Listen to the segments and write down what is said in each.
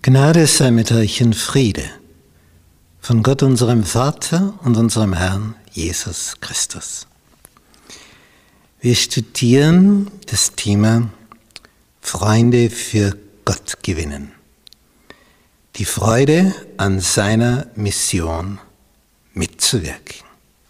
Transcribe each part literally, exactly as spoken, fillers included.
Gnade sei mit euch in Friede von Gott, unserem Vater und unserem Herrn Jesus Christus. Wir studieren das Thema Freunde für Gott gewinnen. Die Freude an seiner Mission mitzuwirken.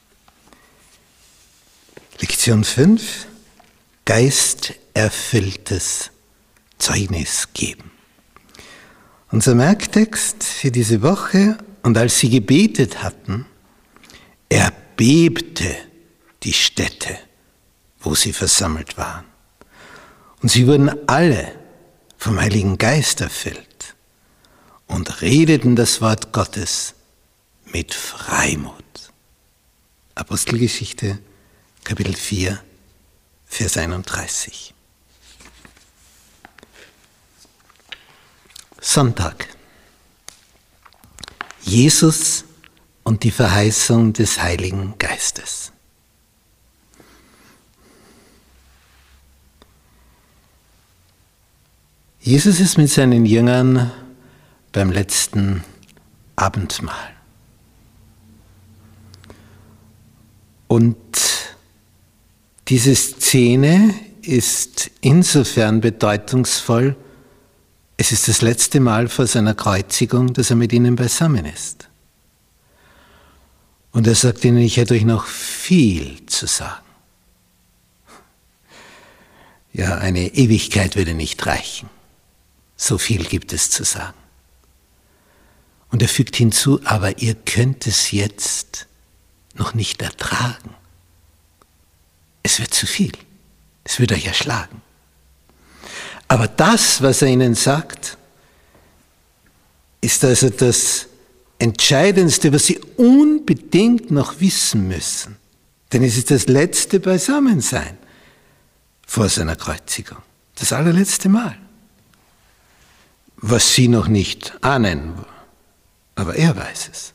Lektion fünf. Geisterfülltes Zeugnis geben. Unser Merktext für diese Woche: Und als sie gebetet hatten, erbebte die Stätte, wo sie versammelt waren. Und sie wurden alle vom Heiligen Geist erfüllt und redeten das Wort Gottes mit Freimut. Apostelgeschichte, Kapitel vier, Vers einunddreißig. Sonntag. Jesus und die Verheißung des Heiligen Geistes. Jesus ist mit seinen Jüngern beim letzten Abendmahl. Und diese Szene ist insofern bedeutungsvoll: Es ist das letzte Mal vor seiner Kreuzigung, dass er mit ihnen beisammen ist. Und er sagt ihnen: Ich hätte euch noch viel zu sagen. Ja, eine Ewigkeit würde nicht reichen. So viel gibt es zu sagen. Und er fügt hinzu: Aber ihr könnt es jetzt noch nicht ertragen. Es wird zu viel. Es wird euch erschlagen. Aber das, was er ihnen sagt, ist also das Entscheidendste, was sie unbedingt noch wissen müssen. Denn es ist das letzte Beisammensein vor seiner Kreuzigung. Das allerletzte Mal. Was sie noch nicht ahnen, aber er weiß es.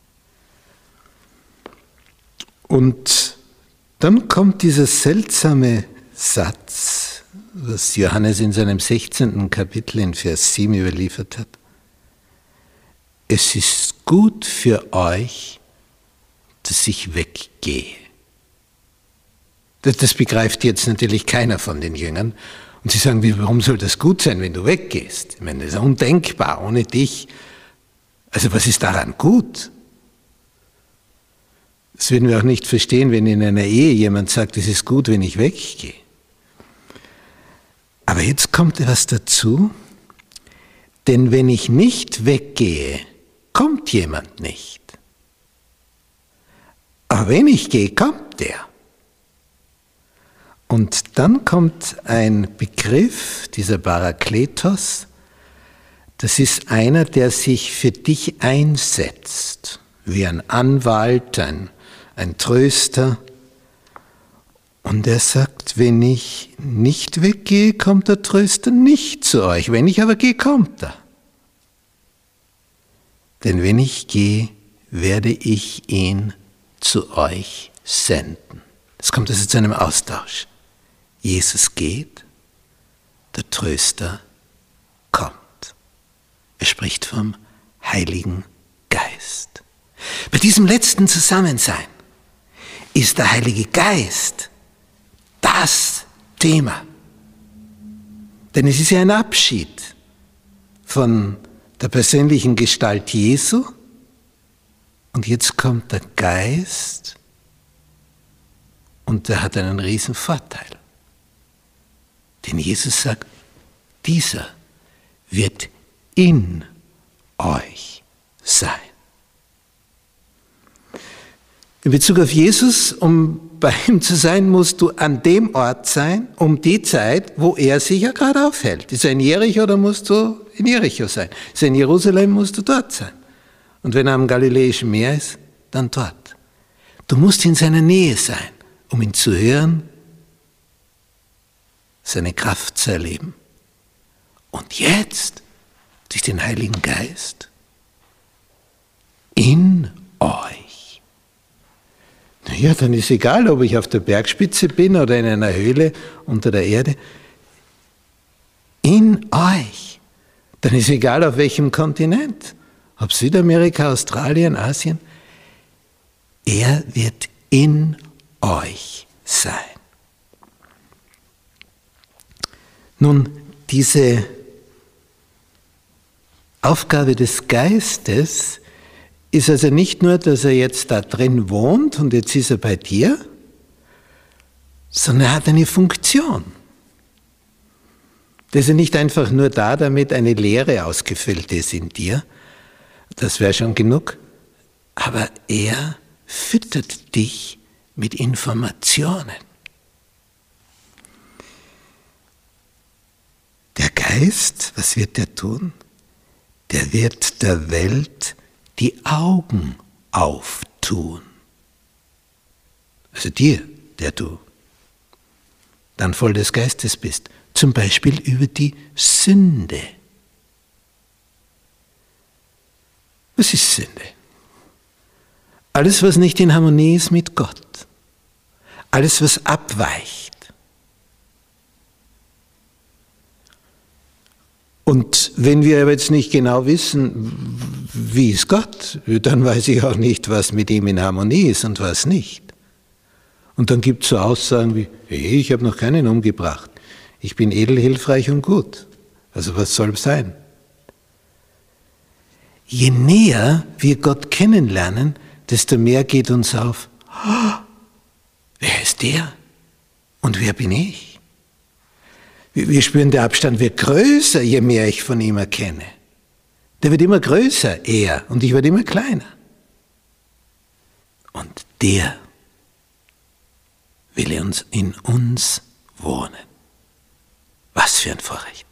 Und dann kommt dieser seltsame Satz, was Johannes in seinem sechzehnten Kapitel in Vers sieben überliefert hat. Es ist gut für euch, dass ich weggehe. Das, das begreift jetzt natürlich keiner von den Jüngern. Und sie sagen: Warum soll das gut sein, wenn du weggehst? Ich meine, das ist undenkbar ohne dich. Also was ist daran gut? Das würden wir auch nicht verstehen, wenn in einer Ehe jemand sagt: Es ist gut, wenn ich weggehe. Aber jetzt kommt etwas dazu, denn wenn ich nicht weggehe, kommt jemand nicht. Aber wenn ich gehe, kommt der. Und dann kommt ein Begriff, dieser Parakletos. Das ist einer, der sich für dich einsetzt, wie ein Anwalt, ein, ein Tröster. Und er sagt: Wenn ich nicht weggehe, kommt der Tröster nicht zu euch. Wenn ich aber gehe, kommt er. Denn wenn ich gehe, werde ich ihn zu euch senden. Es kommt also zu einem Austausch. Jesus geht, der Tröster kommt. Er spricht vom Heiligen Geist. Bei diesem letzten Zusammensein ist der Heilige Geist das Thema. Denn es ist ja ein Abschied von der persönlichen Gestalt Jesu. Und jetzt kommt der Geist und der hat einen riesen Vorteil. Denn Jesus sagt: Dieser wird in euch sein. In Bezug auf Jesus, um bei ihm zu sein, musst du an dem Ort sein, um die Zeit, wo er sich ja gerade aufhält. Ist er in Jericho, oder musst du in Jericho sein? Ist er in Jerusalem, musst du dort sein. Und wenn er am Galiläischen Meer ist, dann dort. Du musst in seiner Nähe sein, um ihn zu hören, seine Kraft zu erleben. Und jetzt, durch den Heiligen Geist, in euch. Naja, dann ist egal, ob ich auf der Bergspitze bin oder in einer Höhle unter der Erde. In euch. Dann ist egal auf welchem Kontinent, ob Südamerika, Australien, Asien, er wird in euch sein. Nun, diese Aufgabe des Geistes ist also nicht nur, dass er jetzt da drin wohnt und jetzt ist er bei dir, sondern er hat eine Funktion. Der ist ja nicht einfach nur da, damit eine Leere ausgefüllt ist in dir, das wäre schon genug, aber er füttert dich mit Informationen. Der Geist, was wird er tun? Der wird der Welt die Augen auftun. Also dir, der du dann voll des Geistes bist. Zum Beispiel über die Sünde. Was ist Sünde? Alles, was nicht in Harmonie ist mit Gott. Alles, was abweicht. Und wenn wir aber jetzt nicht genau wissen, wie ist Gott, dann weiß ich auch nicht, was mit ihm in Harmonie ist und was nicht. Und dann gibt es so Aussagen wie, hey, ich habe noch keinen umgebracht. Ich bin edel, hilfreich und gut. Also was soll sein? Je näher wir Gott kennenlernen, desto mehr geht uns auf, oh, wer ist der und wer bin ich? Wir spüren, der Abstand wird größer, je mehr ich von ihm erkenne. Der wird immer größer, er, und ich werde immer kleiner. Und der will uns in uns wohnen. Was für ein Vorrecht.